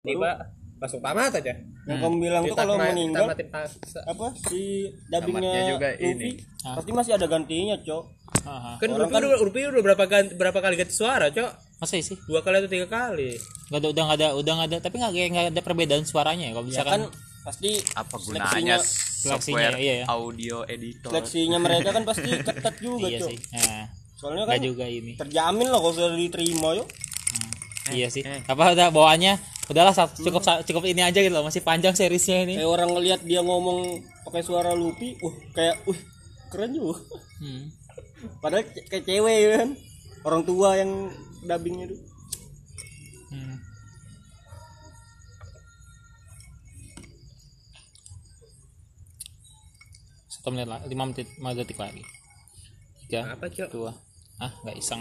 tiba masuk tamat aja. Yang kamu bilang tuh kalau meninggal apa si dubbingnya juga Luffy pasti masih ada gantinya, Cok. Kan Luffy udah berapa kali ganti suara, Cok? Masa sih? 2 kali atau 3 kali. Udah nggak ada, tapi nggak ada perbedaan suaranya ya kalau misalkan. Ya kan pasti apa gunanya software iya. audio editor. Seleksinya mereka kan pasti ketat juga, Iya Cok. sih. Nah, soalnya kan juga ini. Terjamin lah kalau sudah diterima yuk. Iya sih. Apa udah bawaannya udahlah cukup ini aja gitu loh, masih panjang seriesnya ini. Kayak orang ngelihat dia ngomong pakai suara Luffy, kayak keren juga. Padahal kayak cewek kan. Orang tua yang dubbingnya tuh. 1 menit lah, 5 detik lagi. 3, apa, Cok? 2, nggak iseng.